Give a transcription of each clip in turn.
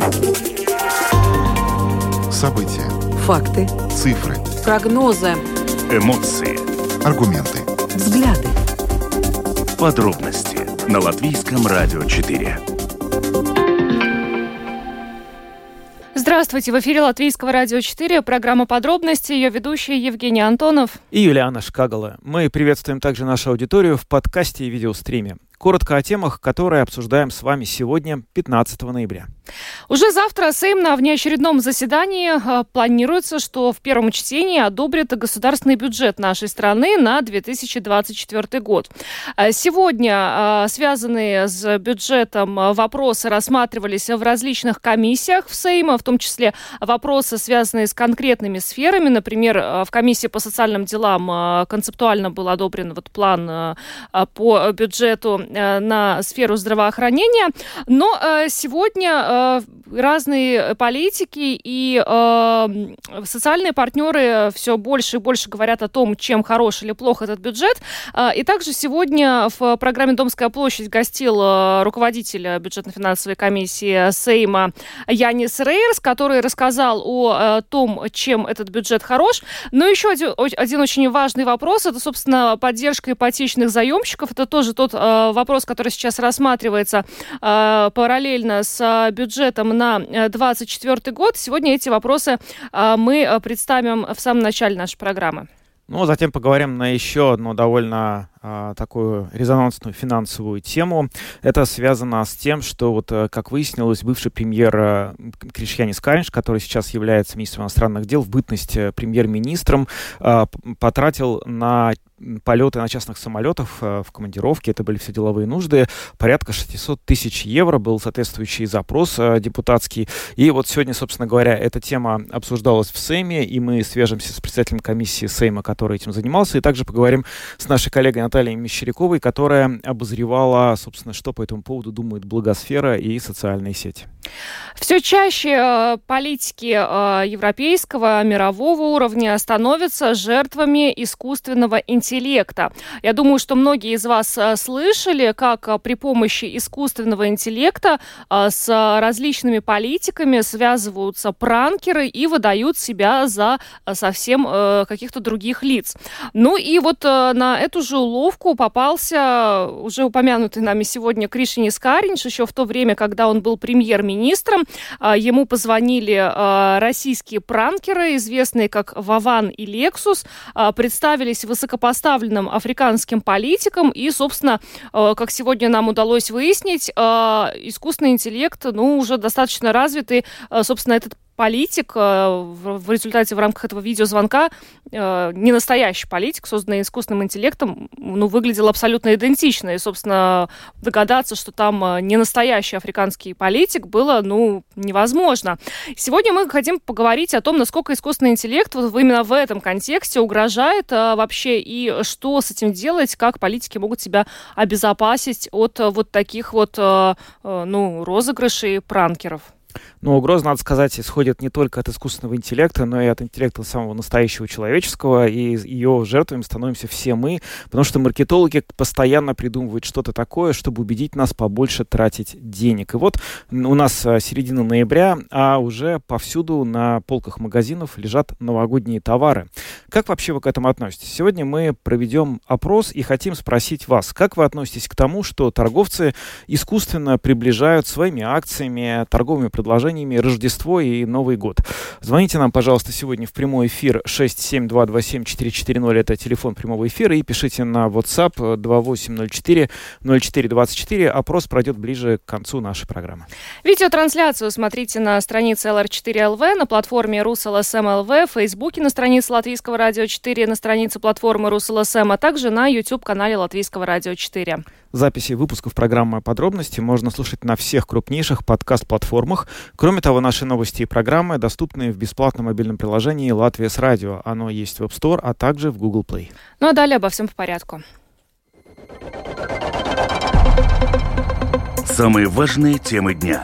События. Факты. Цифры. Прогнозы. Эмоции. Аргументы. Взгляды. Подробности на Латвийском радио 4. Здравствуйте, в эфире Латвийского радио 4, программа «Подробности», ее ведущие Евгений Антонов и Юлиана Шкагала. Мы приветствуем также нашу аудиторию в подкасте и видеостриме. Коротко о темах, которые обсуждаем с вами сегодня, 15 ноября. Уже завтра Сейм на внеочередном заседании планируется, что в первом чтении одобрит государственный бюджет нашей страны на 2024 год. Сегодня связанные с бюджетом вопросы рассматривались в различных комиссиях в Сейме, в том числе вопросы, связанные с конкретными сферами. Например, в комиссии по социальным делам концептуально был одобрен план по бюджету на сферу здравоохранения. Но сегодня разные политики и социальные партнеры все больше и больше говорят о том, чем хорош или плох этот бюджет. И также сегодня в программе «Домская площадь» гостил руководитель бюджетно-финансовой комиссии Сейма Янис Рейерс, который рассказал о том, чем этот бюджет хорош. Но еще один очень важный вопрос – это, собственно, поддержка ипотечных заемщиков. Это тоже тот вопрос, который сейчас рассматривается параллельно с бюджетом на 2024 год. Сегодня эти вопросы мы представим в самом начале нашей программы. Затем поговорим на еще одну довольно такую резонансную финансовую тему. Это связано с тем, что, как выяснилось, бывший премьер Кришьянис Каринш, который сейчас является министром иностранных дел, в бытность премьер-министром, потратил на полеты на частных самолетах в командировке, это были все деловые нужды, порядка 600 тысяч евро, был соответствующий запрос депутатский. И сегодня, собственно говоря, эта тема обсуждалась в Сейме, и мы свяжемся с председателем комиссии Сейма, который этим занимался, и также поговорим с нашей коллегой Натальей Мещеряковой, которая обозревала, собственно, что по этому поводу думает блогосфера и социальные сети. Все чаще политики европейского, мирового уровня становятся жертвами искусственного интеллекта. Я думаю, что многие из вас слышали, как при помощи искусственного интеллекта с различными политиками связываются пранкеры и выдают себя за совсем каких-то других лиц. И на эту же уловку попался уже упомянутый нами сегодня Кришьянис Каринш, еще в то время, когда он был премьер-министром. Ему позвонили российские пранкеры, известные как Вован и Лексус, представились высокопоставленным африканским политикам, и, собственно, как сегодня нам удалось выяснить, искусственный интеллект, уже достаточно развитый, собственно, этот политик в результате, в рамках этого видеозвонка, не настоящий политик, созданный искусственным интеллектом, выглядел абсолютно идентично. И, собственно, догадаться, что там не настоящий африканский политик, было, невозможно. Сегодня мы хотим поговорить о том, насколько искусственный интеллект именно в этом контексте угрожает вообще, и что с этим делать, как политики могут себя обезопасить от таких розыгрышей пранкеров. Угроза, надо сказать, исходит не только от искусственного интеллекта, но и от интеллекта самого настоящего человеческого, и ее жертвами становимся все мы, потому что маркетологи постоянно придумывают что-то такое, чтобы убедить нас побольше тратить денег. И у нас середина ноября, а уже повсюду на полках магазинов лежат новогодние товары. Как вообще вы к этому относитесь? Сегодня мы проведем опрос и хотим спросить вас, как вы относитесь к тому, что торговцы искусственно приближают своими акциями, торговыми предложениями Рождество и Новый год. Звоните нам, пожалуйста, сегодня в прямой эфир 67227-440, это телефон прямого эфира, и пишите на WhatsApp 2804-0424. Опрос пройдет ближе к концу нашей программы. Видеотрансляцию смотрите на странице LR4LV, на платформе RusLSM.LV, в Фейсбуке на странице Латвийского радио 4, на странице платформы RusLSM, а также на YouTube-канале Латвийского радио 4. Записи выпусков программы «Подробности» можно слушать на всех крупнейших подкаст-платформах. Кроме того, наши новости и программы доступны в бесплатном мобильном приложении «Латвия с радио». Оно есть в App Store, а также в Google Play. А далее обо всем по порядку. Самые важные темы дня.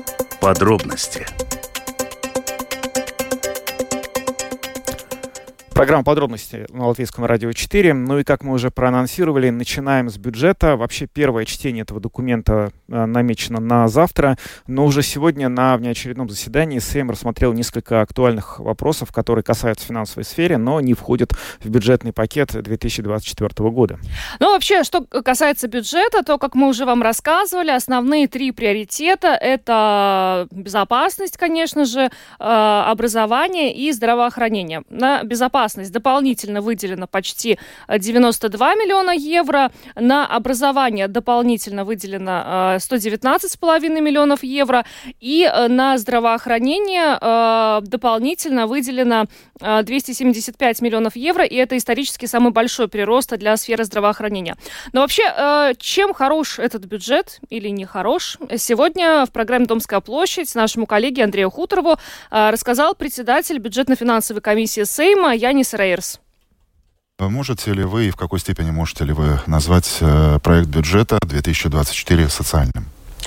Подробности. Программа «Подробности» на Латвийском радио 4. Ну и, как мы уже проанонсировали, начинаем с бюджета. Вообще, первое чтение этого документа намечено на завтра. Но уже сегодня на внеочередном заседании Сейм рассмотрел несколько актуальных вопросов, которые касаются финансовой сферы, но не входят в бюджетный пакет 2024 года. Ну, вообще, что касается бюджета, то, как мы уже вам рассказывали, основные три приоритета – это безопасность, конечно же, образование и здравоохранение. На безопасность дополнительно выделено почти 92 миллиона евро. На образование дополнительно выделено 119,5 миллионов евро. И на здравоохранение дополнительно выделено 275 миллионов евро. И это исторически самый большой прирост для сферы здравоохранения. Но вообще, чем хорош этот бюджет или не хорош? Сегодня в программе «Домская площадь» нашему коллеге Андрею Хуторову рассказал председатель бюджетно-финансовой комиссии Сейма Янис Рейерс. Можете ли вы и в какой степени можете ли вы назвать проект бюджета 2024 социальным?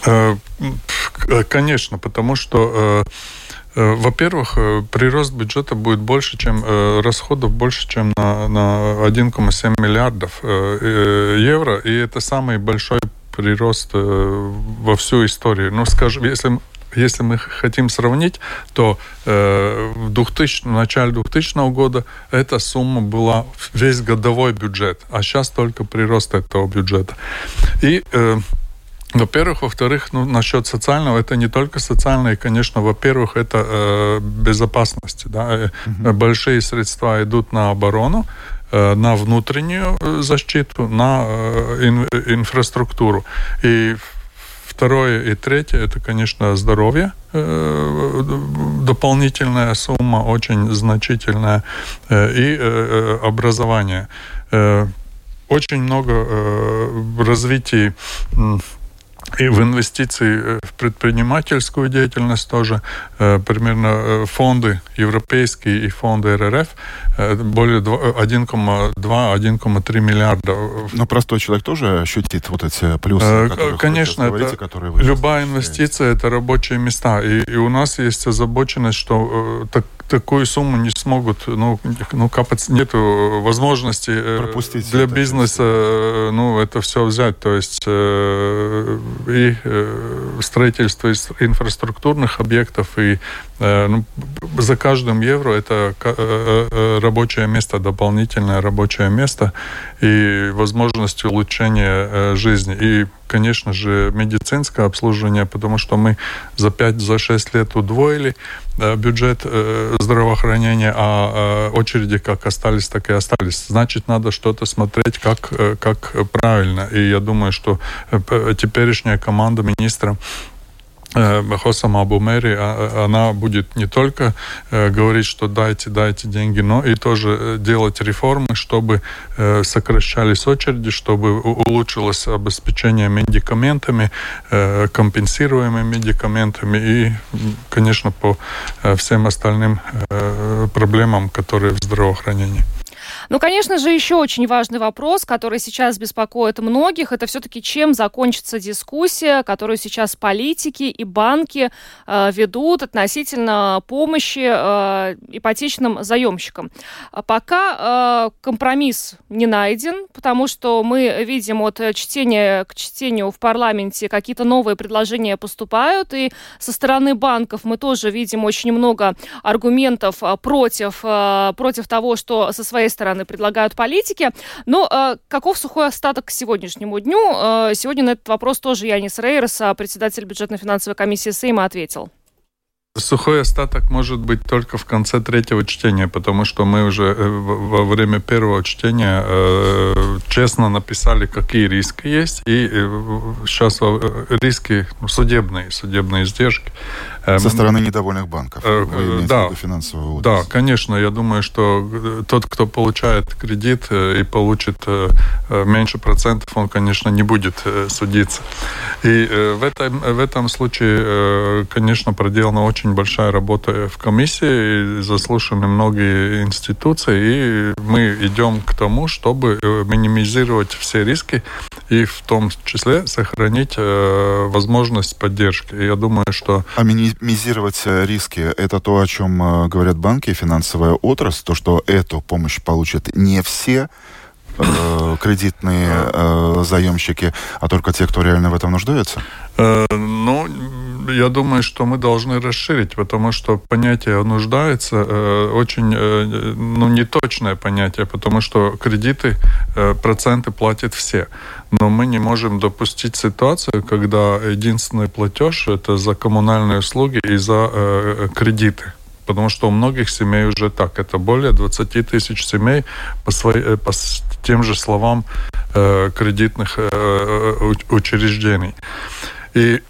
Конечно, потому что, во-первых, прирост бюджета будет больше, чем расходов больше, чем на 1,7 миллиардов евро, и это самый большой прирост во всю историю. Ну, скажем, если мы хотим сравнить, то в начале 2000 года эта сумма была весь годовой бюджет, а сейчас только прирост этого бюджета. И, во-первых, во-вторых, насчет социального, это не только социальное, конечно, во-первых, это безопасность. Да? Большие средства идут на оборону, на внутреннюю защиту, на инфраструктуру. И второе и третье, это, конечно, здоровье. Дополнительная сумма, очень значительная. И образование. Очень много развития и в инвестиции в предпринимательскую деятельность тоже. Примерно фонды европейские и фонды РРФ более 1,2-1,3 миллиарда. Но простой человек тоже ощутит вот эти плюсы, конечно, говорите, которые вы любая инвестиция – это рабочие места. И у нас есть озабоченность, что такую сумму не смогут, нет возможности пропустить для бизнеса это все взять. То есть и строительство инфраструктурных объектов, и за каждым евро это рабочее место, дополнительное рабочее место и возможность улучшения жизни. И, конечно же, медицинское обслуживание, потому что мы за 5-6 лет удвоили бюджет здравоохранения, а очереди как остались, так и остались. Значит, надо что-то смотреть, как правильно. И я думаю, что теперешняя команда министра Хосам Абумери, она будет не только говорить, что дайте деньги, но и тоже делать реформы, чтобы сокращались очереди, чтобы улучшилось обеспечение медикаментами, компенсируемыми медикаментами и, конечно, по всем остальным проблемам, которые в здравоохранении. Ну, конечно же, еще очень важный вопрос, который сейчас беспокоит многих, это все-таки чем закончится дискуссия, которую сейчас политики и банки ведут относительно помощи ипотечным заемщикам. Пока компромисс не найден, потому что мы видим от чтения к чтению в парламенте какие-то новые предложения поступают, и со стороны банков мы тоже видим очень много аргументов против того, что со своей стороны предлагают политики. Но каков сухой остаток к сегодняшнему дню? Сегодня на этот вопрос тоже Янис Рейерс, председатель бюджетно-финансовой комиссии Сейма, ответил. Сухой остаток может быть только в конце третьего чтения, потому что мы уже во время первого чтения честно написали, какие риски есть, и сейчас риски судебные издержки. Со стороны недовольных банков. Да, финансового да, конечно. Я думаю, что тот, кто получает кредит и получит меньше процентов, он, конечно, не будет судиться. И в этом случае, конечно, проделана очень очень большая работа в комиссии, заслушаны многие институции, и мы идем к тому, чтобы минимизировать все риски и в том числе сохранить возможность поддержки. Я думаю, что... А минимизировать риски – это то, о чем говорят банки и финансовая отрасль, то, что эту помощь получат не все кредитные заемщики, а только те, кто реально в этом нуждается? Я думаю, что мы должны расширить, потому что понятие «нуждается» очень неточное понятие, потому что кредиты, проценты платят все. Но мы не можем допустить ситуацию, когда единственный платеж – это за коммунальные услуги и за кредиты. Потому что у многих семей уже так. Это более 20 тысяч семей по тем же словам кредитных учреждений. И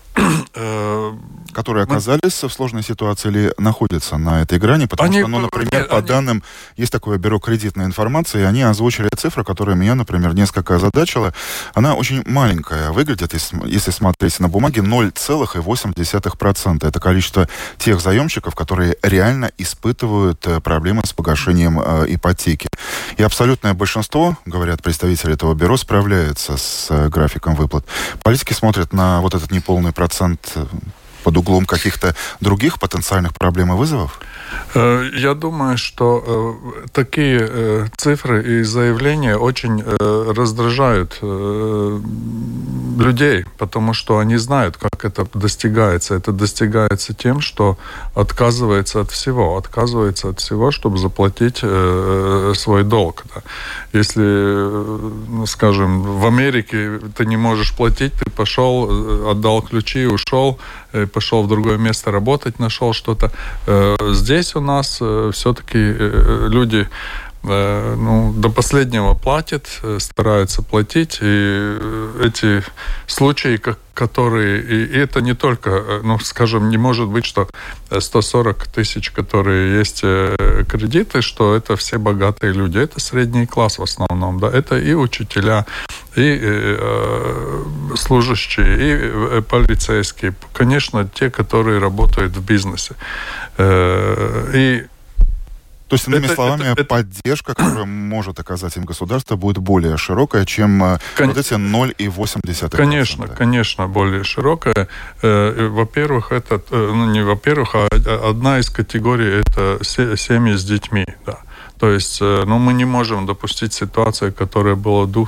которые оказались в сложной ситуации или находятся на этой грани, потому что, например, по данным, есть такое бюро кредитной информации, и они озвучили цифру, которая меня, например, несколько озадачила. Она очень маленькая, выглядит, если смотреть на бумаге, 0,8%. Это количество тех заемщиков, которые реально испытывают проблемы с погашением ипотеки. И абсолютное большинство, говорят представители этого бюро, справляется с графиком выплат. Политики смотрят на вот этот неполный процент под углом каких-то других потенциальных проблем и вызовов? Я думаю, что такие цифры и заявления очень раздражают людей, потому что они знают, как это достигается. Это достигается тем, что отказывается от всего, чтобы заплатить свой долг. Да. Если, скажем, в Америке ты не можешь платить, ты пошел, отдал ключи, ушел, пошел в другое место работать, нашел что-то. Здесь у нас все-таки люди до последнего платят, стараются платить. И эти случаи, которые... И это не только, скажем, не может быть, что 140 тысяч, которые есть кредиты, что это все богатые люди. Это средний класс в основном. Да? Это и учителя, и служащие, и полицейские. Конечно, те, которые работают в бизнесе. То есть, иными словами, поддержка, которую может оказать им государство, будет более широкая, чем вот эти 0,8%. Конечно, более широкая. Во-первых, это, одна из категорий – это семьи с детьми, да. То есть, мы не можем допустить ситуацию, которая была в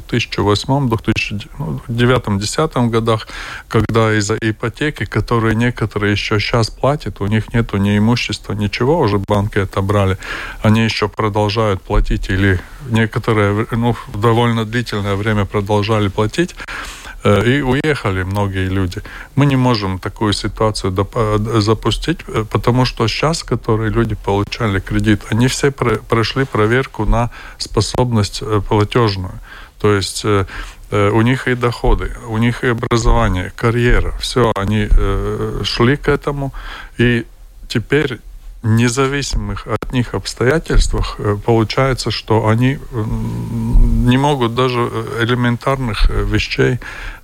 2008-2009-2010 годах, когда из-за ипотеки, которые некоторые еще сейчас платят, у них нету ни имущества, ничего, уже банки отобрали, они еще продолжают платить, или некоторые довольно длительное время продолжали платить, и уехали многие люди. Мы не можем такую ситуацию запустить, потому что сейчас, которые люди получали кредит, они все прошли проверку на способность платежную. То есть у них и доходы, у них и образование, карьера. Все, они шли к этому. И теперь независимых от них обстоятельствах получается, что они не могут даже элементарных вещей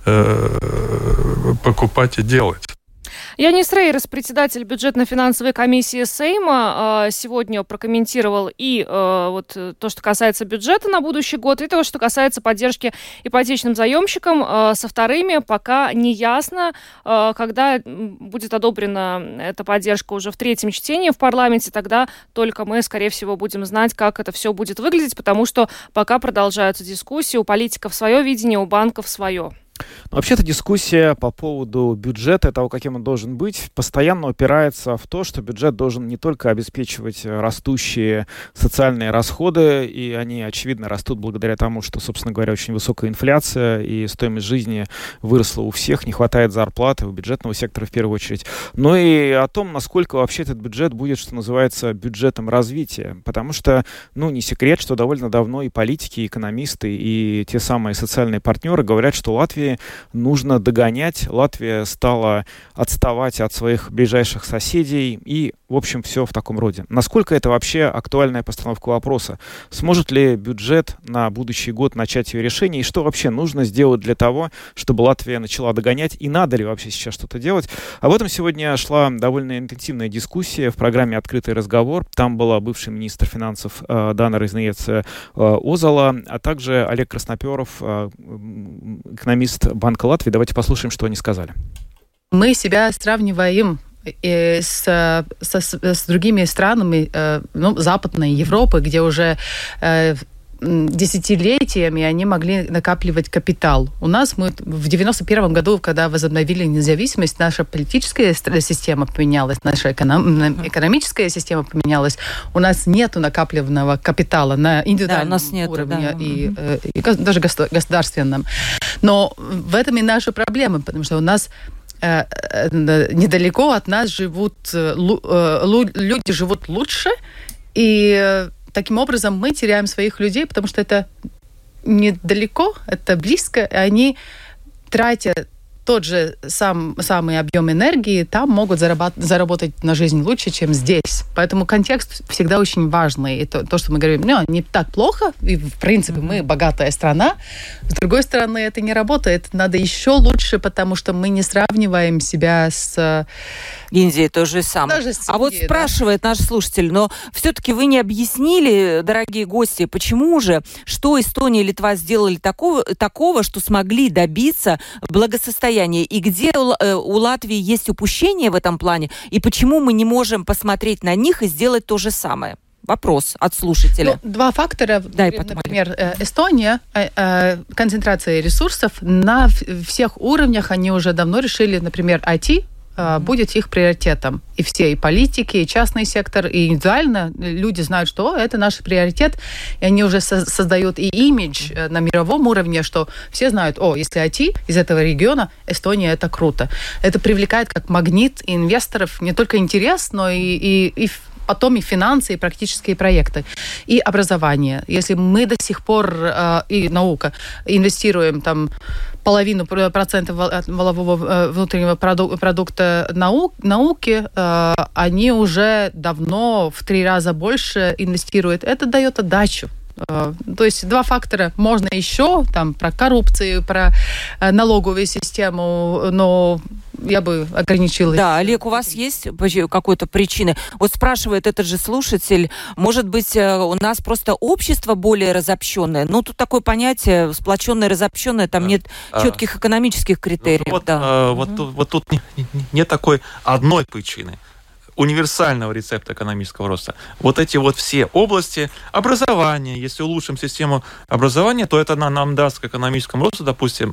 покупать и делать. Янис Рейерс, председатель бюджетно-финансовой комиссии Сейма, сегодня прокомментировал и вот то, что касается бюджета на будущий год, и то, что касается поддержки ипотечным заемщикам. Со вторыми пока не ясно, когда будет одобрена эта поддержка уже в третьем чтении в парламенте. Тогда только мы, скорее всего, будем знать, как это все будет выглядеть, потому что пока продолжаются дискуссии. У политиков свое видение, у банков свое. Вообще-то дискуссия по поводу бюджета, того, каким он должен быть, постоянно упирается в то, что бюджет должен не только обеспечивать растущие социальные расходы, и они, очевидно, растут благодаря тому, что, собственно говоря, очень высокая инфляция, и стоимость жизни выросла у всех, не хватает зарплаты, у бюджетного сектора в первую очередь, но и о том, насколько вообще этот бюджет будет, что называется, бюджетом развития. Потому что, не секрет, что довольно давно и политики, и экономисты, и те самые социальные партнеры говорят, что Латвия Латвии нужно догонять. Латвия стала отставать от своих ближайших соседей и, в общем, все в таком роде. Насколько это вообще актуальная постановка вопроса? Сможет ли бюджет на будущий год начать ее решение? И что вообще нужно сделать для того, чтобы Латвия начала догонять? И надо ли вообще сейчас что-то делать? Об этом сегодня шла довольно интенсивная дискуссия в программе «Открытый разговор». Там была бывший министр финансов Дана Рызнеец-Озола, а также Олег Красноперов, экономист Банка Латвии. Давайте послушаем, что они сказали. Мы себя сравниваем с другими странами Западной Европы, где уже десятилетиями они могли накапливать капитал. У нас мы в 91 году, когда возобновили независимость, наша политическая система поменялась, наша экономическая система поменялась. У нас нет накапливаемого капитала на индивидуальном уровне и даже государственном. Но в этом и наша проблема, потому что у нас недалеко от нас люди живут лучше, и таким образом мы теряем своих людей, потому что это недалеко, это близко, и они тратят тот же самый объем энергии, там могут заработать на жизнь лучше, чем здесь. Поэтому контекст всегда очень важный. И то, что мы говорим, не так плохо, и в принципе мы богатая страна. С другой стороны, это не работает. Надо еще лучше, потому что мы не сравниваем себя с Индией, то же самое. Вот спрашивает наш слушатель, но все-таки вы не объяснили, дорогие гости, почему же, что Эстония и Литва сделали такого, что смогли добиться благосостояния, и где у Латвии есть упущение в этом плане, и почему мы не можем посмотреть на них и сделать то же самое? Вопрос от слушателя. Два фактора. Например, Эстония, концентрация ресурсов на всех уровнях, они уже давно решили, например, IT будет их приоритетом. И все, и политики, и частный сектор, и индивидуально люди знают, что это наш приоритет, и они уже создают и имидж на мировом уровне, что все знают, если IT из этого региона, Эстония, это круто. Это привлекает как магнит инвесторов не только интерес, но и потом и финансы, и практические проекты, и образование. Если мы до сих пор, и наука, инвестируем там 0,5% от валового внутреннего продукта науки, они уже давно в 3 раза больше инвестируют. Это дает отдачу. То есть два фактора. Можно еще там про коррупцию, про налоговую систему, но я бы ограничилась. Да, Олег, у вас есть какой-то причины? Вот спрашивает этот же слушатель, может быть, у нас просто общество более разобщенное? Ну, тут такое понятие, сплоченное, разобщенное, там нет четких экономических критериев. Вот тут нет такой одной причины. Универсального рецепта экономического роста. Вот эти вот все области образования, если улучшим систему образования, то это нам даст к экономическому росту, допустим,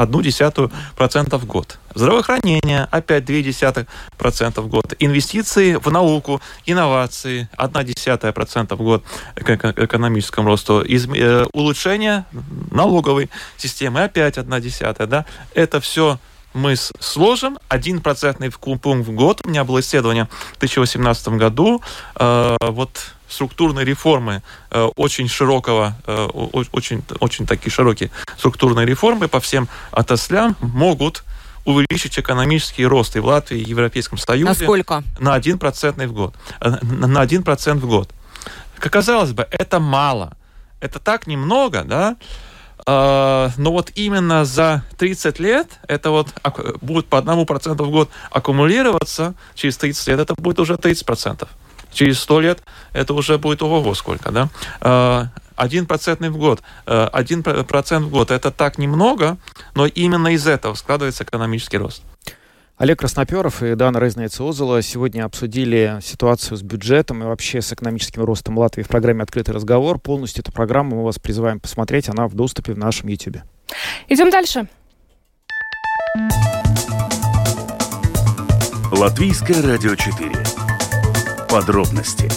0,1% в год. Здравоохранение, опять 0,2% в год. Инвестиции в науку, инновации, 0,1% в год к экономическому росту. Улучшение налоговой системы, опять 0,1%. Да? Это все мы сложим 1% пункт в год. У меня было исследование в 2018 году. Структурные реформы очень такие широкие структурные реформы по всем отраслям могут увеличить экономический рост и в Латвии, и в Европейском Союзе. На сколько? На 1% в год. На 1% в год. Как казалось бы, это мало. Это так немного, да? Но вот именно за 30 лет это вот будет по 1% в год аккумулироваться, через 30 лет это будет уже 30%. Через 100 лет это уже будет ого-го сколько, да? 1% в год. 1% в год это так немного, но именно из этого складывается экономический рост. Олег Красноперов и Дана Рызнеец-Озола сегодня обсудили ситуацию с бюджетом и вообще с экономическим ростом Латвии в программе «Открытый разговор». Полностью эту программу мы вас призываем посмотреть. Она в доступе в нашем YouTube. Идем дальше. Латвийское радио 4. Подробности.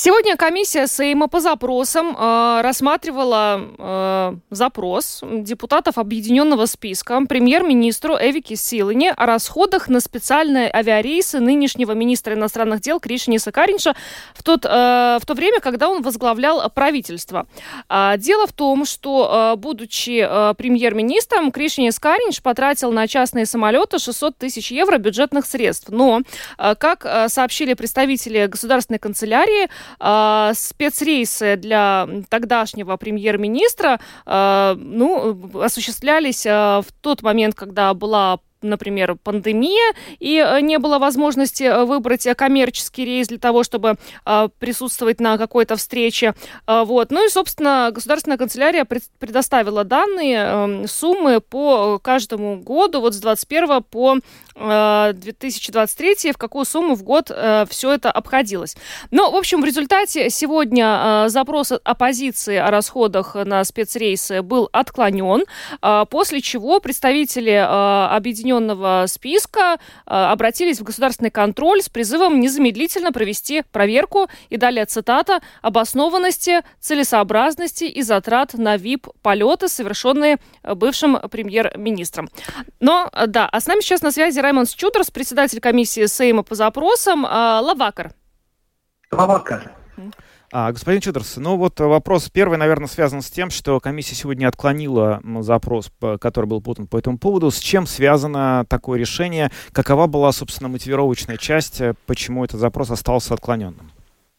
Сегодня комиссия Сейма по запросам рассматривала запрос депутатов объединенного списка премьер-министру Эвике Силине о расходах на специальные авиарейсы нынешнего министра иностранных дел Кришьяниса Кариньша в то время, когда он возглавлял правительство. Дело в том, что, будучи премьер-министром, Кришьянис Кариньш потратил на частные самолеты 600 тысяч евро бюджетных средств. Но, как сообщили представители государственной канцелярии, спецрейсы для тогдашнего премьер-министра осуществлялись в тот момент, когда была, например, пандемия, и не было возможности выбрать коммерческий рейс для того, чтобы присутствовать на какой-то встрече. Ну и, собственно, государственная канцелярия предоставила данные, суммы по каждому году, с 2021 по 2023, в какую сумму в год все это обходилось. Но, в общем, в результате сегодня запрос оппозиции о расходах на спецрейсы был отклонен, после чего представители объединенного списка обратились в государственный контроль с призывом незамедлительно провести проверку, и далее цитата, обоснованности, целесообразности и затрат на ВИП-полеты, совершенные бывшим премьер-министром. Но, да, а с нами сейчас на связи Раймондс Чудрас, председатель комиссии Сейма по запросам. Лавакар. Лавакар. Господин Чудрас, вопрос первый, наверное, связан с тем, что комиссия сегодня отклонила запрос, который был подан по этому поводу. С чем связано такое решение? Какова была, собственно, мотивировочная часть, почему этот запрос остался отклоненным?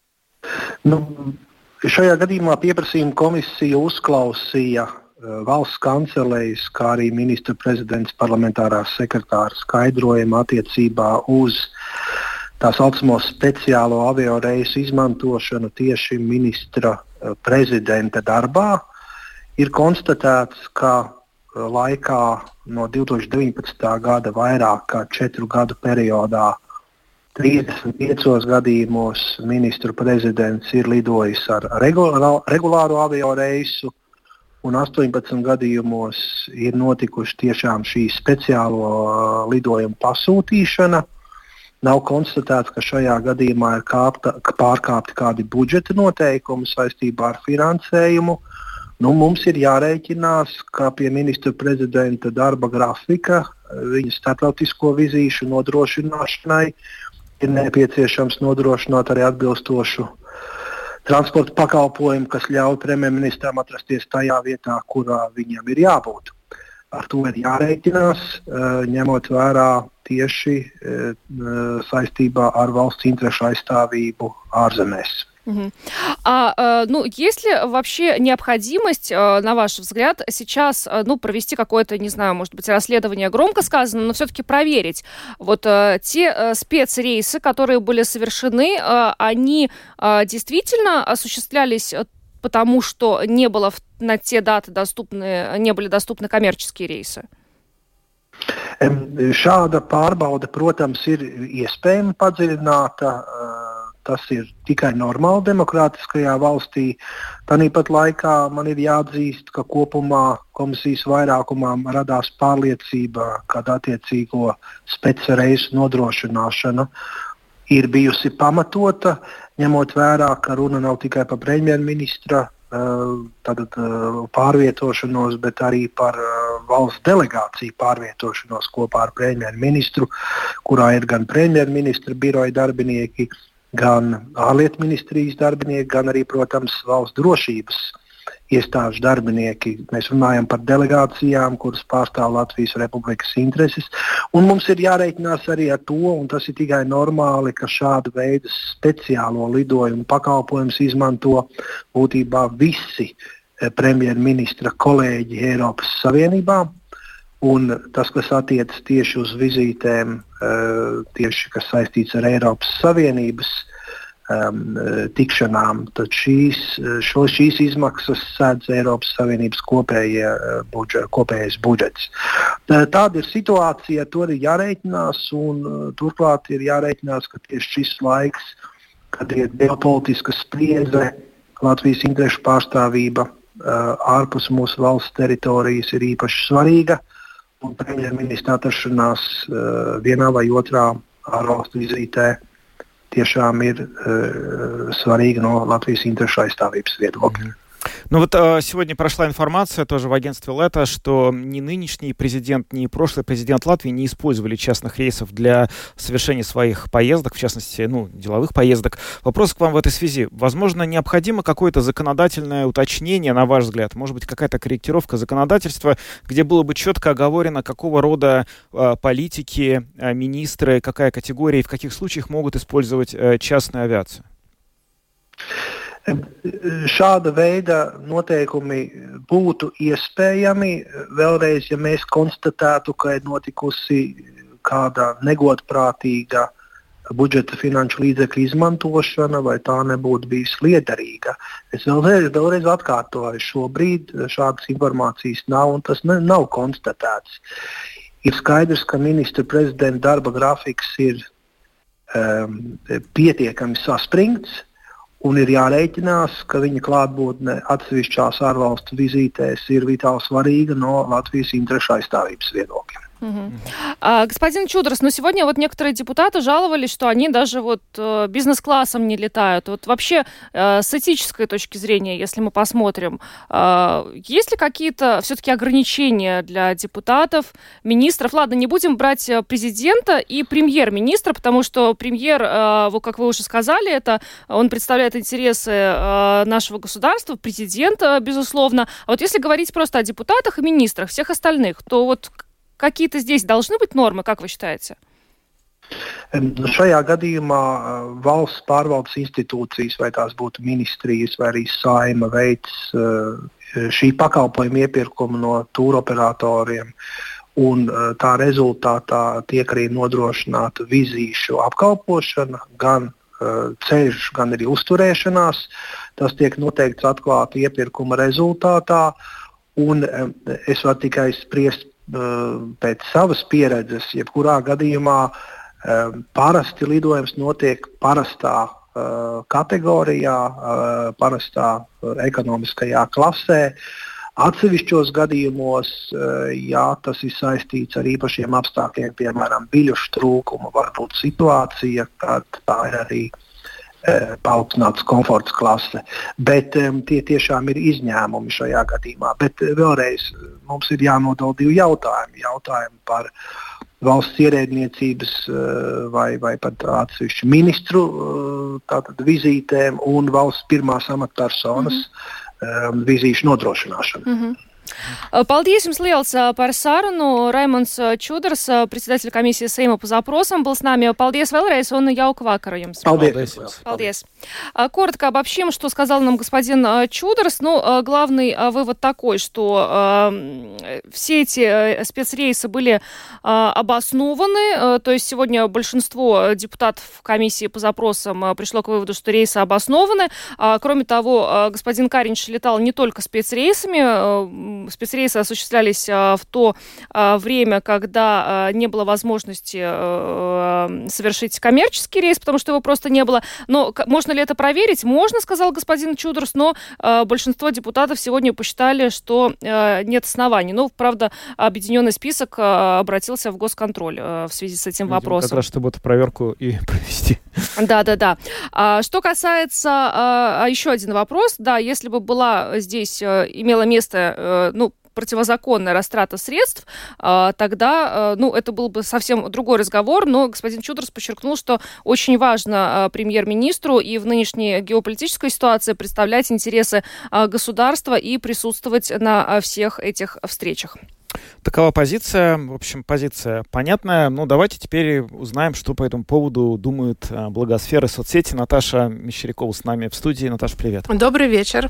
Šajā gadījumā pieprasījuma komisija uzklausīja valsts kancelējas, kā arī ministra prezidents parlamentārā sekretāra skaidrojumu attiecībā uz tā saucamo speciālo avioreisu izmantošanu tieši ministra prezidenta darbā. Ir konstatēts, ka laikā no 2019. Gada vairāk kā 4 gadu periodā 35 gadījumos ministru prezidents ir lidojis ar regulāru avioreisu, un 18 gadījumos ir notikuši tiešām šī speciālo lidojumu pasūtīšana. Nav konstatēts, ka šajā gadījumā ir pārkāpti kādi budžeta noteikumi saistībā ar finansējumu. Mums ir jārēķinās, ka pie ministra prezidenta darba grafika viņa starptautisko vizīšu nodrošināšanai ir nepieciešams nodrošināt arī atbilstošu transporta pakalpojumu, kas ļauj premjerministram atrasties tajā vietā, kurā viņam ir jābūt. Ar to ir jārēķinās, ņemot vērā tieši saistībā ar valsts interešu aizstāvību ārzemēs. Есть ли вообще необходимость, на ваш взгляд, сейчас провести какое-то, не знаю, может быть, расследование, громко сказано, но все-таки проверить те спецрейсы, которые были совершены, они действительно осуществлялись потому, что не было на те даты не были доступны коммерческие рейсы? Šāda pārbaude, protams, ir iespējama padziļināta. Tas ir tikai normāli demokrātiskajā valstī. Tāpat laikā man ir jāatzīst, ka kopumā komisijas vairākumam radās pārliecība, ka attiecīgo specreisu nodrošināšana ir bijusi pamatota, ņemot vērā, ka runa nav tikai par premjerministra pārvietošanos, bet arī par valsts delegāciju pārvietošanos kopā ar premjerministru, kurā ir gan premjerministra biroja darbinieki, gan ārlietu ministrijas darbinieki, gan arī, protams, valsts drošības iestāžu darbinieki. Mēs runājam par delegācijām, kuras pārstāv Latvijas Republikas intereses. Un mums ir jārēķinās arī ar to, un tas ir tikai normāli, ka šādu veidu speciālo lidojumu pakalpojumus izmanto būtībā visi premjerministra kolēģi Eiropas Savienībā. Un tas, kas attiecas tieši uz vizītēm, tieši kas saistīts ar Eiropas Savienības tikšanām, tad šīs izmaksas sēdz Eiropas Savienības kopējais budžets. Tāda ir situācija, ar to ir jārēķinās, un turklāt ir jārēķinās, ka tieši šis laiks, kad ir ģeopolitiska spriedze, Latvijas interešu pārstāvība ārpus mūsu valsts teritorijas ir īpaši svarīga, un premjerministra atrašanās vienā vai otrā ārvalstu vizītē tiešām ir svarīga no Latvijas interešu aizstāvības viedokļa. Ну вот сегодня прошла информация тоже в агентстве Лето, что ни нынешний президент, ни прошлый президент Латвии не использовали частных рейсов для совершения своих поездок, в частности, деловых поездок. Вопрос к вам в этой связи. Возможно, необходимо какое-то законодательное уточнение, на ваш взгляд? Может быть, какая-то корректировка законодательства, где было бы четко оговорено, какого рода политики, министры, какая категория и в каких случаях могут использовать частную авиацию? Šāda veida noteikumi būtu iespējami vēlreiz, ja mēs konstatētu, ka ir notikusi kāda negodprātīga budžeta finanšu līdzekļu izmantošana, vai tā nebūtu bijusi liederīga. Es vēlreiz atkārtoju, šobrīd šādas informācijas nav un tas nav konstatēts. Ir skaidrs, ka ministra prezidenta darba grafiks ir pietiekami saspringts, un ir jārēķinās, ka viņa klātbūtne atsevišķās ārvalstu vizītēs ir vitāli svarīga no Latvijas interešu aizstāvības viedokļa. Господин Чудрас, сегодня некоторые депутаты жаловались, что они даже бизнес-классом не летают. Вообще, с этической точки зрения, если мы посмотрим, есть ли какие-то все-таки ограничения для депутатов, министров? Ладно, не будем брать президента и премьер-министра, потому что премьер, как вы уже сказали, он представляет интересы нашего государства, президента, безусловно. А если говорить просто о депутатах и министрах, всех остальных, то какие-то здесь должны быть нормы, как вы считаете? Šajā gadījumā valsts pārvaldes institūcijas, vai tās būtu ministrijas vai arī Saeima, veids šī pakalpojuma iepirkumu no tūroperatoriem, un tā rezultātā tiek arī nodrošināta vizīšu apkalpošana, gan ceļš, gan arī uzturēšanās. Tas tiek noteikts atklāti iepirkuma rezultātā, un es varu tikai spriest pēc savas pieredzes, jebkurā gadījumā parasti lidojums notiek parastā kategorijā, parastā ekonomiskajā klasē. Atsevišķos gadījumos, ja tas ir saistīts ar īpašiem apstākļiem, piemēram, biļešu trūkumu, varbūt situācija, kad tā ir arī paaugstināts komforts klase. Bet tie tiešām ir izņēmumi šajā gadījumā. Bet vēlreiz mums ir jānodala divi jautājumi. Jautājumi par valsts ierēdniecības vai pat atsevišķu ministru vizītēm un valsts pirmās amatpersonas vizīšu nodrošināšanu. Paldies jums liels par sarunu. Raimonds Čudars, председатель комиссии Сейма по запросам, был с нами. Paldies vēlreiz un jauka vakara jums. Paldies. Коротко обобщим, что сказал нам господин Чударс. Главный вывод такой, что все эти спецрейсы были обоснованы. То есть сегодня большинство депутатов комиссии по запросам пришло к выводу, что рейсы обоснованы. Кроме того, господин Каринч летал не только спецрейсами. Спецрейсы осуществлялись в то время, когда не было возможности совершить коммерческий рейс, потому что его просто не было. Но можно ли это проверить? Можно, сказал господин Чударс, но большинство депутатов сегодня посчитали, что нет оснований. Правда, объединенный список обратился в госконтроль в связи с этим вопросом. Как раз, чтобы эту проверку и провести. Да. Что касается... еще один вопрос. Да, если бы была здесь, имела место противозаконная растрата средств, тогда это был бы совсем другой разговор. Но господин Чударс подчеркнул, что очень важно премьер-министру и в нынешней геополитической ситуации представлять интересы государства и присутствовать на всех этих встречах. Такова позиция. В общем, позиция понятная. Давайте теперь узнаем, что по этому поводу думают благосферы соцсети. Наташа Мещерякова с нами в студии. Наташа, привет. Добрый вечер.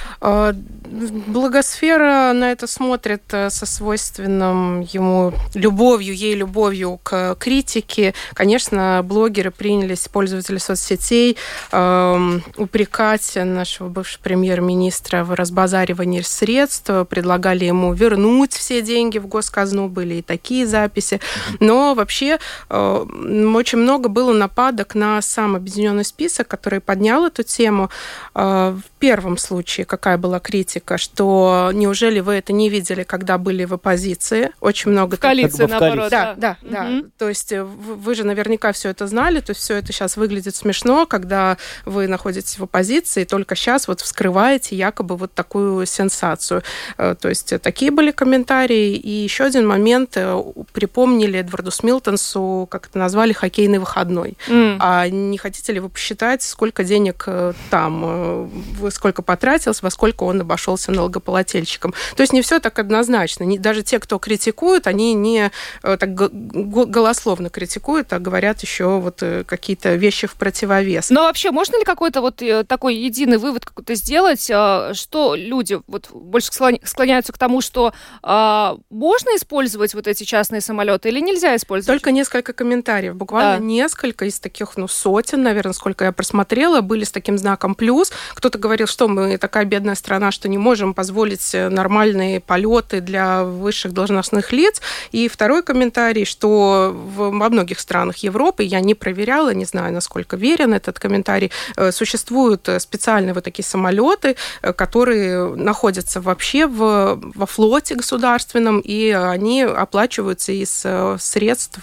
Благосфера на это смотрит со свойственным ему любовью к критике. Конечно, блогеры принялись, пользователи соцсетей, упрекать нашего бывшего премьер-министра в разбазаривании средств, предлагали ему вернуть все деньги, деньги в госказну, были и такие записи. Но вообще очень много было нападок на сам объединенный список, который поднял эту тему. В первом случае какая была критика, что неужели вы это не видели, когда были в оппозиции? Очень много... В коалиции, наоборот. Да. То есть вы же наверняка все это знали, то есть все это сейчас выглядит смешно, когда вы находитесь в оппозиции, и только сейчас вот вскрываете якобы вот такую сенсацию. То есть такие были комментарии. И еще один момент. Припомнили Эдварду Смилтонсу, как это назвали, хоккейный выходной. А не хотите ли вы посчитать, сколько денег там, сколько потратилось, во сколько он обошелся налогоплательщикам? То есть не все так однозначно. Даже те, кто критикуют, они не так голословно критикуют, а говорят еще вот какие-то вещи в противовес. Но вообще можно ли какой-то вот такой единый вывод какой-то сделать, что люди вот больше склоняются к тому, что можно использовать вот эти частные самолеты или нельзя использовать? Только несколько комментариев, буквально несколько из таких, сотен, наверное, сколько я просмотрела, были с таким знаком плюс. Кто-то говорил, что мы такая бедная страна, что не можем позволить нормальные полеты для высших должностных лиц. И второй комментарий, что во многих странах Европы, я не проверяла, не знаю, насколько верен этот комментарий, существуют специальные вот такие самолеты, которые находятся вообще во флоте государственном, и они оплачиваются из средств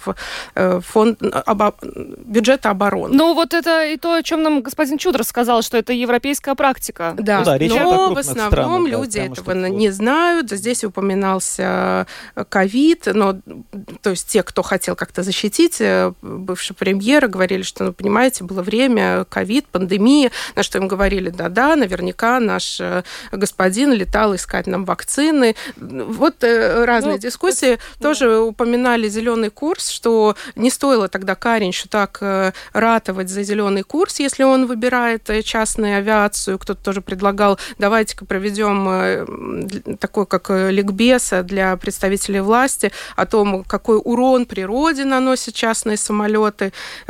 бюджета обороны. Ну, вот это и то, о чем нам господин Чудр сказал, что это европейская практика. Да, но в основном люди этого не знают. Здесь упоминался ковид, но то есть те, кто хотел как-то защитить бывшего премьера, говорили, что, понимаете, было время, ковид, пандемия, на что им говорили, да, наверняка наш господин летал искать нам вакцины. Вот разные дискуссии. Тоже упоминали зеленый курс, что не стоило тогда Кариньшу так ратовать за зеленый курс, если он выбирает частную авиацию. Кто-то тоже предлагал, давайте-ка проведем такой, как ликбез для представителей власти о том, какой урон природе наносят частные самолеты.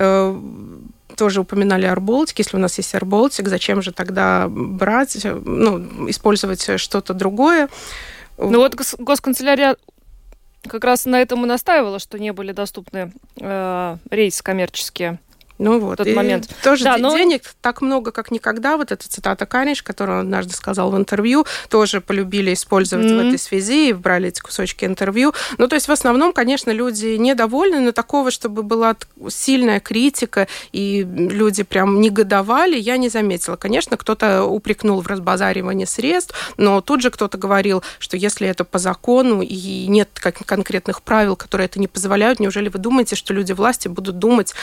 Тоже упоминали AirBaltic. Если у нас есть AirBaltic, зачем же тогда брать, использовать что-то другое? Ну вот госканцелярия как раз на этом и настаивала, что не были доступны рейсы коммерческие. В тот момент. Тоже денег так много, как никогда. Вот эта цитата Кариньш, которую он однажды сказал в интервью, тоже полюбили использовать в этой связи и брали эти кусочки интервью. То есть в основном, конечно, люди недовольны, но такого, чтобы была сильная критика и люди прям негодовали, я не заметила. Конечно, кто-то упрекнул в разбазаривании средств, но тут же кто-то говорил, что если это по закону и нет конкретных правил, которые это не позволяют, неужели вы думаете, что люди власти будут думать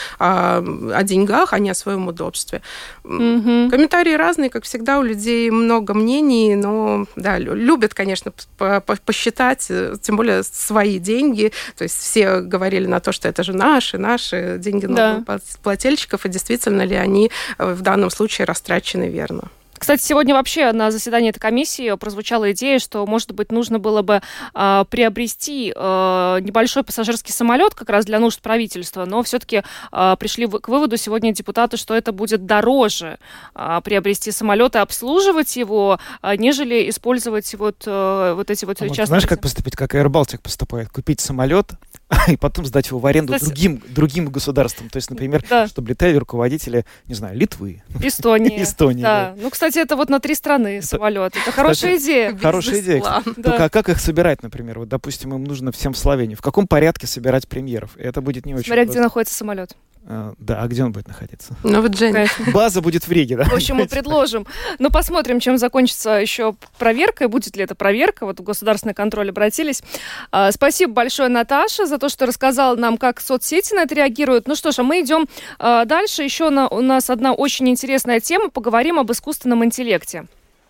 о деньгах, а не о своем удобстве? Комментарии разные, как всегда, у людей много мнений, но да, любят, конечно, посчитать, тем более свои деньги. То есть все говорили на то, что это же наши деньги налогоплательщиков, и действительно ли они в данном случае растрачены верно. Кстати, сегодня вообще на заседании этой комиссии прозвучала идея, что, может быть, нужно было бы приобрести небольшой пассажирский самолет как раз для нужд правительства, но все-таки пришли к выводу сегодня депутаты, что это будет дороже приобрести самолет и обслуживать его, нежели использовать вот эти вот частные... Знаешь, как поступить, как AirBaltic поступает? Купить самолет и потом сдать его в аренду другим государствам. То есть, например, чтобы летали руководители, не знаю, Литвы. Эстонии. Да. Кстати, это вот на 3 страны самолет. Это хорошая идея. Хорошая идея. Только как их собирать, например? Вот, допустим, им нужно всем в Словению. В каком порядке собирать премьеров? Это будет не очень Смотря где находится самолет. Да, а где он будет находиться? База будет в Риге, да? В общем, мы предложим. Посмотрим, чем закончится еще проверка, и будет ли это проверка. Вот в государственный контроль обратились. Спасибо большое, Наташа, за то, что рассказала нам, как соцсети на это реагируют. Ну что ж, а мы идем дальше. Еще у нас одна очень интересная тема. Поговорим об искусственном интеллекте.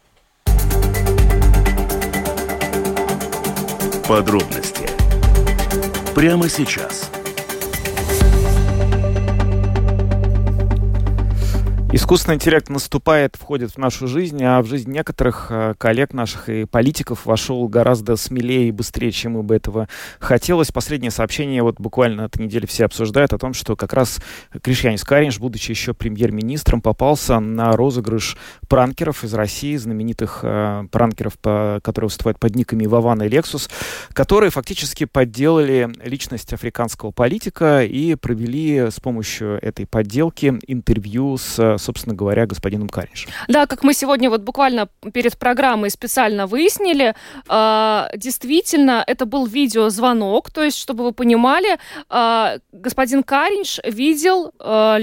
Подробности прямо сейчас. Искусственный интеллект наступает, входит в нашу жизнь, а в жизнь некоторых коллег наших и политиков вошел гораздо смелее и быстрее, чем им бы этого хотелось. Последнее сообщение, вот буквально этой недели все обсуждают о том, что как раз Кришьянис Каринш, будучи еще премьер-министром, попался на розыгрыш пранкеров из России, знаменитых пранкеров, которые выступают под никами Вован и Лексус, которые фактически подделали личность африканского политика и провели с помощью этой подделки интервью с, собственно говоря, господином Кариншем. Да, как мы сегодня вот буквально перед программой специально выяснили, действительно, это был видеозвонок, то есть, чтобы вы понимали, господин Каринш видел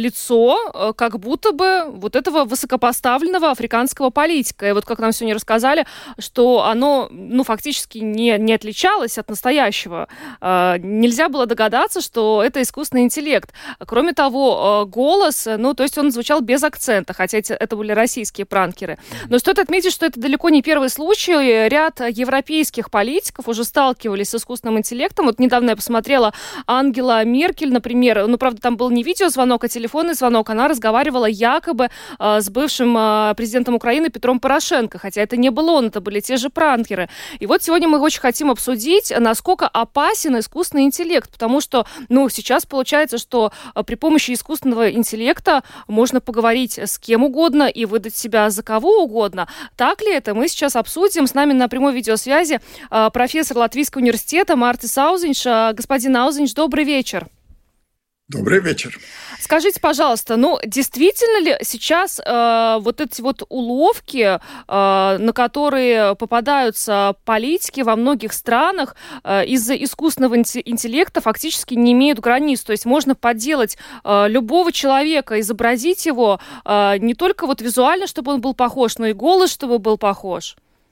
лицо как будто бы вот этого высокопоставленного африканского политика. И вот как нам сегодня рассказали, что оно, фактически не отличалось от настоящего. Нельзя было догадаться, что это искусственный интеллект. Кроме того, голос, то есть он звучал без акцента, хотя это были российские пранкеры. Но стоит отметить, что это далеко не первый случай. Ряд европейских политиков уже сталкивались с искусственным интеллектом. Вот недавно я посмотрела Ангела Меркель, например, правда, там был не видеозвонок, а телефонный звонок. Она разговаривала якобы с бывшим президентом Украины Петром Порошенко, хотя это не был он, это были те же пранкеры. И вот сегодня мы очень хотим обсудить, насколько опасен искусственный интеллект, потому что, сейчас получается, что при помощи искусственного интеллекта можно поговорить с кем угодно и выдать себя за кого угодно. Так ли это? Мы сейчас обсудим. С нами на прямой видеосвязи профессор Латвийского университета Мартис Аузинш. Господин Аузинш, добрый вечер. Добрый вечер. Скажите, пожалуйста, действительно ли сейчас вот эти вот уловки, на которые попадаются политики во многих странах, из-за искусственного интеллекта фактически не имеют границ? То есть можно подделать любого человека, изобразить его не только вот визуально, чтобы он был похож, но и голос, чтобы был похож?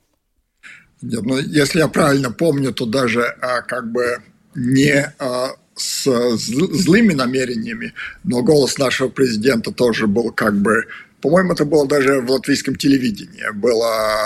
Нет, если я правильно помню, то даже не с злыми намерениями, но голос нашего президента тоже был по-моему, это было даже в латвийском телевидении. Был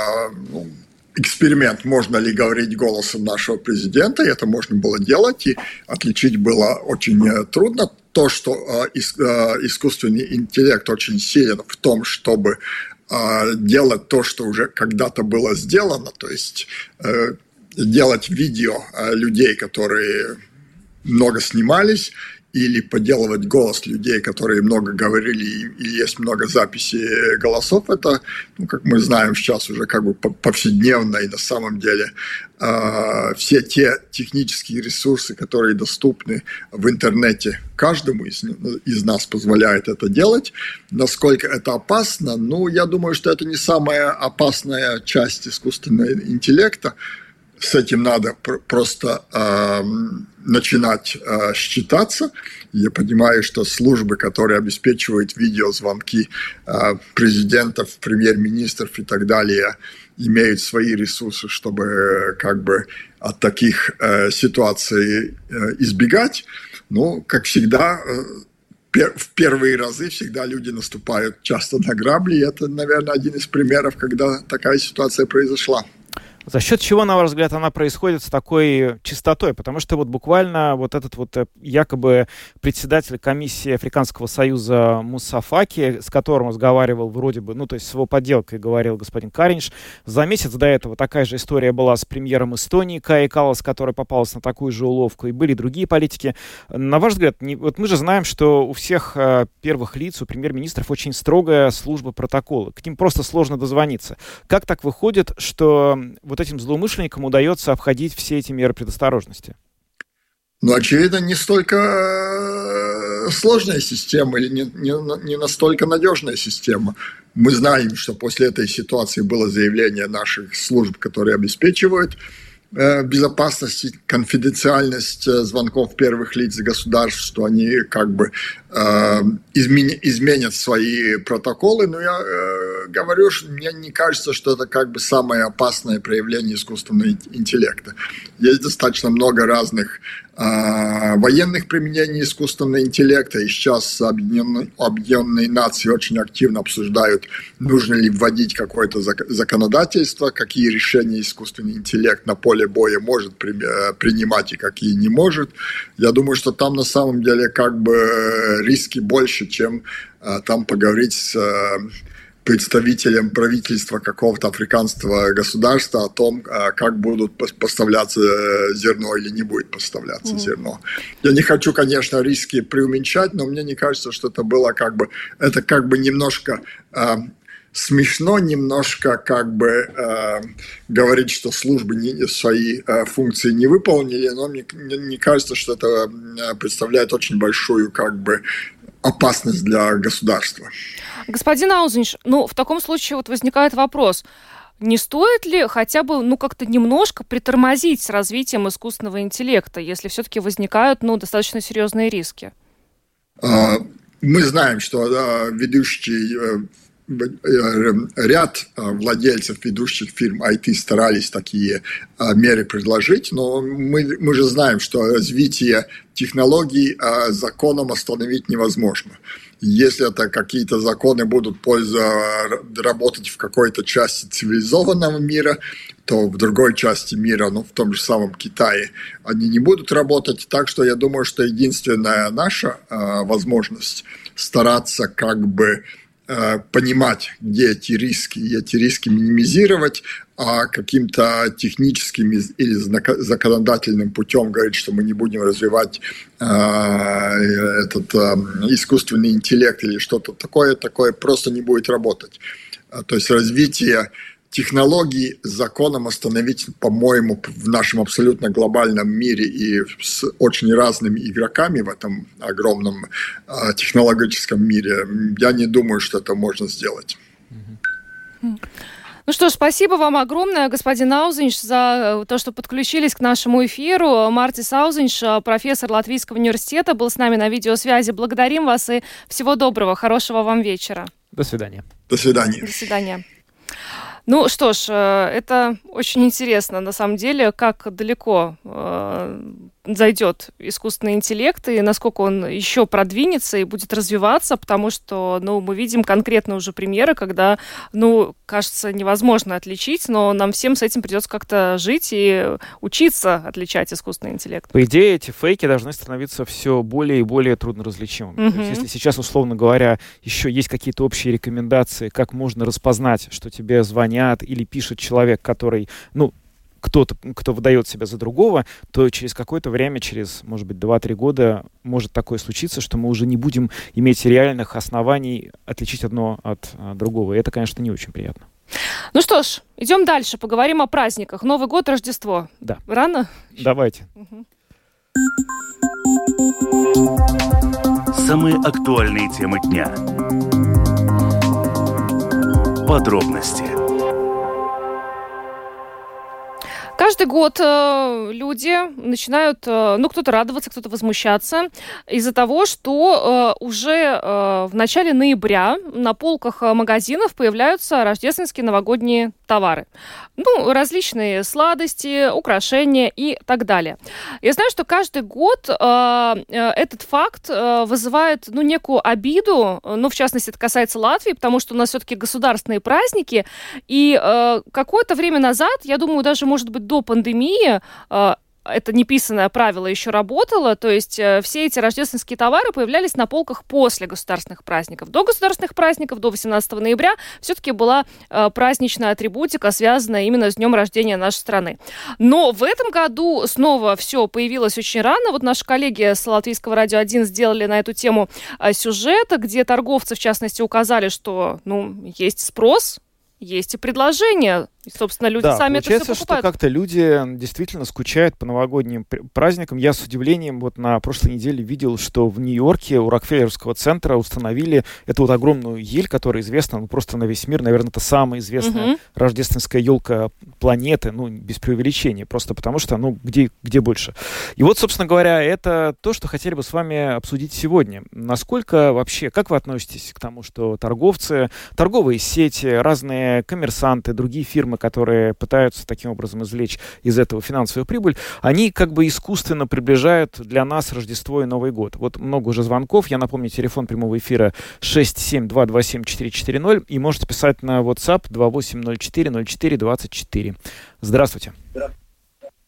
эксперимент, можно ли говорить голосом нашего президента, и это можно было делать, и отличить было очень трудно. То, что искусственный интеллект очень силен в том, чтобы делать то, что уже когда-то было сделано, то есть делать видео людей, которые много снимались, или поделывать голос людей, которые много говорили, и есть много записей голосов, это, как мы знаем сейчас уже повседневно, и на самом деле все те технические ресурсы, которые доступны в интернете каждому из нас, позволяет это делать. Насколько это опасно? Я думаю, что это не самая опасная часть искусственного интеллекта. С этим надо просто начинать считаться. Я понимаю, что службы, которые обеспечивают видеозвонки президентов, премьер-министров и так далее, имеют свои ресурсы, чтобы от таких ситуаций избегать. Но, как всегда, в первые разы всегда люди наступают часто на грабли. И это, наверное, один из примеров, когда такая ситуация произошла. За счет чего, на ваш взгляд, она происходит с такой частотой? Потому что буквально этот якобы председатель комиссии Африканского союза Муса Факи, с которым разговаривал вроде бы, то есть с его подделкой говорил господин Каринш, за месяц до этого такая же история была с премьером Эстонии Кая Каллас, которая попалась на такую же уловку, и были другие политики. На ваш взгляд, мы же знаем, что у всех первых лиц, у премьер-министров очень строгая служба протокола. К ним просто сложно дозвониться. Как так выходит, что этим злоумышленникам удается обходить все эти меры предосторожности? Очевидно, не столько сложная система или не настолько надежная система. Мы знаем, что после этой ситуации было заявление наших служб, которые обеспечивают безопасность и конфиденциальность звонков первых лиц государств, что они изменят свои протоколы. Но я говорю, что мне не кажется, что это самое опасное проявление искусственного интеллекта. Есть достаточно много разных военных применений искусственного интеллекта, и сейчас Объединенные Нации очень активно обсуждают, нужно ли вводить какое-то законодательство, какие решения искусственный интеллект на поле поле боя может принимать и какие не может. Я думаю, что там на самом деле как бы риски больше, чем там поговорить с представителем правительства какого-то африканского государства о том, как будут поставляться зерно или не будет поставляться зерно. Я не хочу, конечно, риски преуменьшать, но мне не кажется, что это было это немножко смешно, немножко говорить, что службы свои функции не выполнили, но мне не кажется, что это представляет очень большую опасность для государства. Господин Аузенш, в таком случае возникает вопрос, не стоит ли хотя бы как-то немножко притормозить с развитием искусственного интеллекта, если все-таки возникают достаточно серьезные риски? Мы знаем, что ряд владельцев ведущих фирм IT старались такие меры предложить, но мы же знаем, что развитие технологий законом остановить невозможно. Если это какие-то законы будут работать в какой-то части цивилизованного мира, то в другой части мира, в том же самом Китае, они не будут работать. Так что я думаю, что единственная наша возможность стараться понимать, где эти риски, и эти риски минимизировать, а каким-то техническим или законодательным путем говорить, что мы не будем развивать этот искусственный интеллект или что-то такое просто не будет работать. То есть развитие технологий законом остановить, по-моему, в нашем абсолютно глобальном мире и с очень разными игроками в этом огромном технологическом мире, я не думаю, что это можно сделать. Ну что ж, спасибо вам огромное, господин Аузенш, за то, что подключились к нашему эфиру. Мартис Аузенш, профессор Латвийского университета, был с нами на видеосвязи. Благодарим вас и всего доброго, хорошего вам вечера. До свидания. До свидания. До свидания. Ну что ж, это очень интересно, на самом деле, как далеко зайдет искусственный интеллект и насколько он еще продвинется и будет развиваться, потому что, мы видим конкретно уже примеры, когда, кажется, невозможно отличить, но нам всем с этим придется как-то жить и учиться отличать искусственный интеллект. По идее, эти фейки должны становиться все более и более трудноразличимыми. То есть, если сейчас, условно говоря, еще есть какие-то общие рекомендации, как можно распознать, что тебе звонят или пишет человек, который, кто выдает себя за другого, то через какое-то время, через, может быть, 2-3 года может такое случиться, что мы уже не будем иметь реальных оснований отличить одно от другого. И это, конечно, не очень приятно. Ну что ж, идем дальше, поговорим о праздниках. Новый год, Рождество. Да. Рано? Давайте. Самые актуальные темы дня. Подробности. Каждый год люди начинают, кто-то радоваться, кто-то возмущаться из-за того, что уже в начале ноября на полках магазинов появляются рождественские новогодние товары. Различные сладости, украшения и так далее. Я знаю, что каждый год этот факт вызывает, некую обиду, в частности, это касается Латвии, потому что у нас все-таки государственные праздники, и какое-то время назад, я думаю, даже, может быть, до пандемии это неписанное правило еще работало, то есть все эти рождественские товары появлялись на полках после государственных праздников. До государственных праздников, до 18 ноября, все-таки была праздничная атрибутика, связанная именно с днем рождения нашей страны. Но в этом году снова все появилось очень рано. Вот наши коллеги с Латвийского радио 1 сделали на эту тему сюжет, где торговцы, в частности, указали, что есть спрос, есть и предложение. И, собственно, люди сами это все покупают. Получается, что как-то люди действительно скучают по новогодним праздникам. Я с удивлением на прошлой неделе видел, что в Нью-Йорке у Рокфеллеровского центра установили эту огромную ель, которая известна просто на весь мир. Наверное, это самая известная рождественская елка планеты, без преувеличения, просто потому что, где больше. И вот, собственно говоря, это то, что хотели бы с вами обсудить сегодня. Насколько вообще, как вы относитесь к тому, что торговцы, торговые сети, разные коммерсанты, другие фирмы, которые пытаются таким образом извлечь из этого финансовую прибыль, они искусственно приближают для нас Рождество и Новый год. Вот много уже звонков. Я напомню, телефон прямого эфира 67227-440 и можете писать на WhatsApp 2804-04-24. Здравствуйте.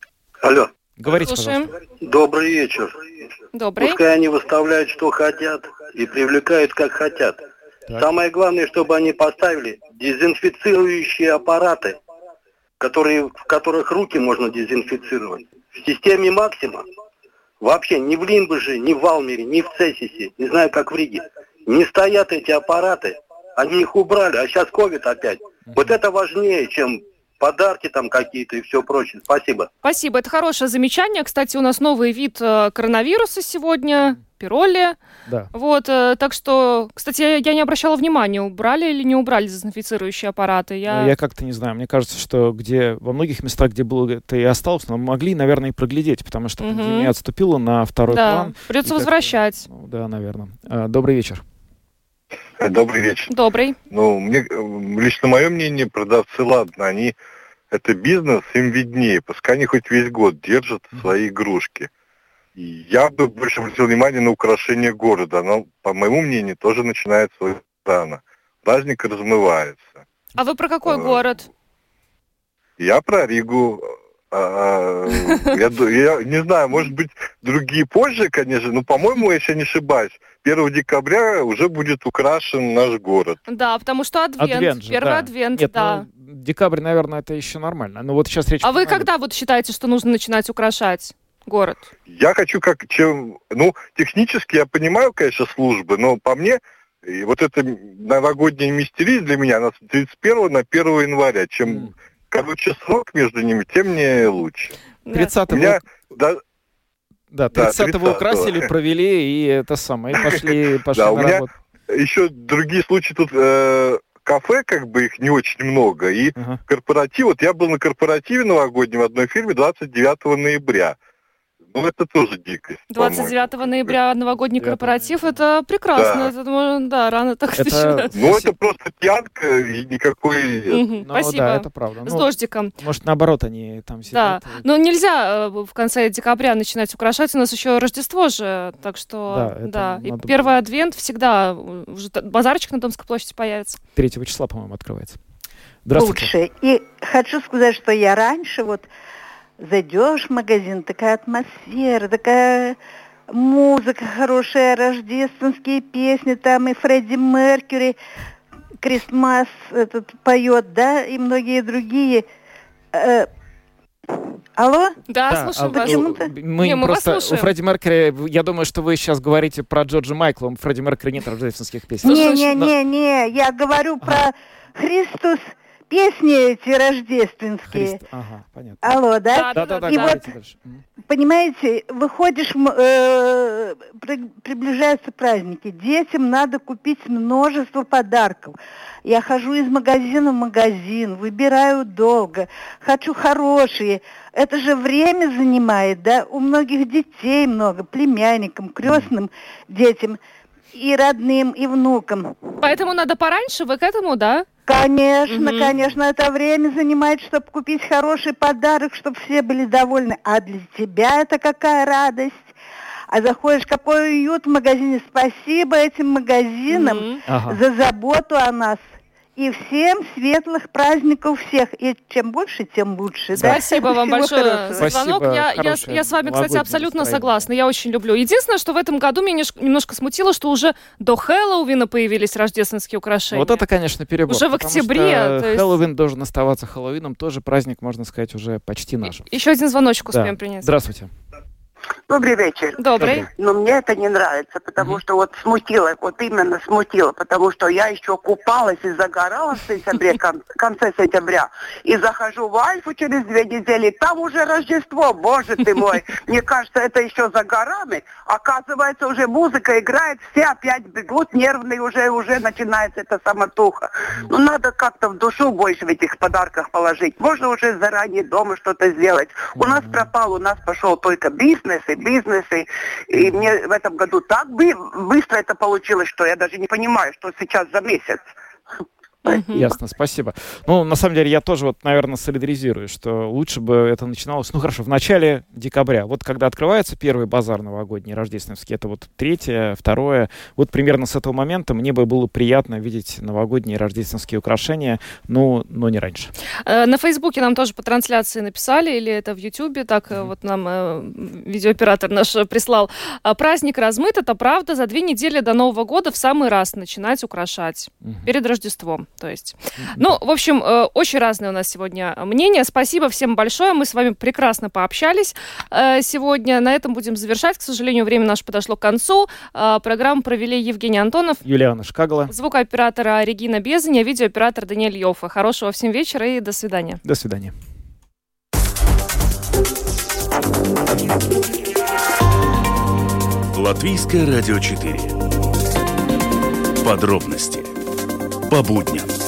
Алло. Говорите, Слушаем. пожалуйста. Добрый вечер. Добрый. Пускай они выставляют, что хотят, и привлекают, как хотят. Так. Самое главное, чтобы они поставили дезинфицирующие аппараты, в которых руки можно дезинфицировать. В системе Максима вообще ни в Лимбаже, ни в Валмере, ни в Цесисе, не знаю, как в Риге, не стоят эти аппараты. Они их убрали, а сейчас ковид опять. Вот это важнее, чем подарки там какие-то и все прочее. Спасибо. Спасибо, это хорошее замечание. Кстати, у нас новый вид коронавируса сегодня, пироли. Да. Вот, так что, кстати, я не обращала внимания, убрали или не убрали дезинфицирующие аппараты. Я как-то не знаю. Мне кажется, что во многих местах, где было это и осталось, но могли, наверное, и проглядеть, потому что пандемия отступила на второй план. Придется возвращать. Да, наверное. Добрый вечер. Добрый вечер. Добрый. Лично мое мнение, продавцы, ладно, это бизнес, им виднее. Пускай они хоть весь год держат свои игрушки. И я бы больше обратил внимание на украшение города. Оно, по моему мнению, тоже начинается рано. Праздник размывается. А вы про какой город? Я про Ригу. Я не знаю, может быть, другие позже, конечно, но, по-моему, если я не ошибаюсь, 1 декабря уже будет украшен наш город. Да, потому что Адвент, первый Адвент, Нет, да. Декабрь, наверное, это еще нормально. Но вот сейчас речь... А вы когда считаете, что нужно начинать украшать город? Я хочу технически я понимаю, конечно, службы, но по мне, вот эта новогодняя мистерия для меня, она с 31 на 1 января, чем... Короче, срок между ними, тем мне лучше. 30-го... Да, 30-го украсили, провели, и это самое, и пошли на работу. Еще другие случаи тут... Кафе, их не очень много, и корпоратив. Вот я был на корпоративе новогоднем в одной фирме 29 ноября. Это тоже дикость. 29 ноября новогодний корпоратив, это прекрасно. Да, это, рано так начинать. Это просто пьянка и никакой... Спасибо. Да, это правда. С дождиком. Может, наоборот, они там сидят. Да, но нельзя в конце декабря начинать украшать. У нас еще Рождество же, так что... Да, и первый Адвент всегда... Уже базарчик на Домской площади появится. 3 числа, по-моему, открывается. Здравствуйте. Лучше. И хочу сказать, что я раньше зайдешь в магазин, такая атмосфера, такая музыка хорошая, рождественские песни, там и Фредди Меркьюри, Крисмас поет, да, и многие другие. Алло? Да, слушаем вас. Мы просто у Фредди Меркьюри, я думаю, что вы сейчас говорите про Джорджа Майкла, у Фредди Меркьюри нет рождественских песен. Не, я говорю про Христос. Песни эти рождественские. Ага, понятно. Алло, да? Да. И понимаете, выходишь, приближаются праздники, детям надо купить множество подарков. Я хожу из магазина в магазин, выбираю долго, хочу хорошие. Это же время занимает, да? У многих детей много, племянникам, крестным детям, и родным, и внукам. Поэтому надо пораньше, вы к этому, да? Конечно, это время занимает, чтобы купить хороший подарок, чтобы все были довольны. А для тебя это какая радость. А заходишь, какой уют в магазине. Спасибо этим магазинам за заботу о нас. И всем светлых праздников всех. И чем больше, тем лучше. Спасибо вам большое за звонок. Спасибо, я с вами, кстати, абсолютно согласна. Я очень люблю. Единственное, что в этом году меня немножко смутило, что уже до Хэллоуина появились рождественские украшения. Вот это, конечно, перебор. Уже в октябре. Хэллоуин должен оставаться Хэллоуином. Тоже праздник, можно сказать, уже почти наш. Еще один звоночек успеем принять. Здравствуйте. Добрый вечер. Добрый. Но мне это не нравится, потому что смутило, именно смутило, потому что я еще купалась и загорала в сентябре, конце сентября, и захожу в Альфу через 2 недели, там уже Рождество, боже ты мой. Мне кажется, это еще за горами. Оказывается, уже музыка играет, все опять бегут, нервные уже начинается эта самотуха. Надо как-то в душу больше в этих подарках положить. Можно уже заранее дома что-то сделать. У нас пропал, у нас пошел только бизнес, и мне в этом году так быстро это получилось, что я даже не понимаю, что сейчас за месяц. Спасибо. Ясно, спасибо. Ну, на самом деле, я тоже, вот, наверное, солидаризирую, что лучше бы это начиналось, ну, хорошо, в начале декабря. Вот когда открывается первый базар новогодний, рождественский, это вот 3-е, 2-е. Вот примерно с этого момента мне бы было приятно видеть новогодние рождественские украшения, но не раньше. На Фейсбуке нам тоже по трансляции написали, или это в Ютубе, так вот нам видеооператор наш прислал. Праздник размыт, это правда, за 2 недели до Нового года в самый раз начинать украшать. Перед Рождеством, то есть. Ну, в общем, очень разные у нас сегодня мнения. Спасибо всем большое. Мы с вами прекрасно пообщались сегодня. На этом будем завершать. К сожалению, время наше подошло к концу. Программу провели Евгений Антонов, Юлиана Шкагала, звукооператора Регина Безаня, видеооператор Даниэль Йоффе. Хорошего всем вечера и до свидания. До свидания. Латвийское радио 4. Подробности по будням.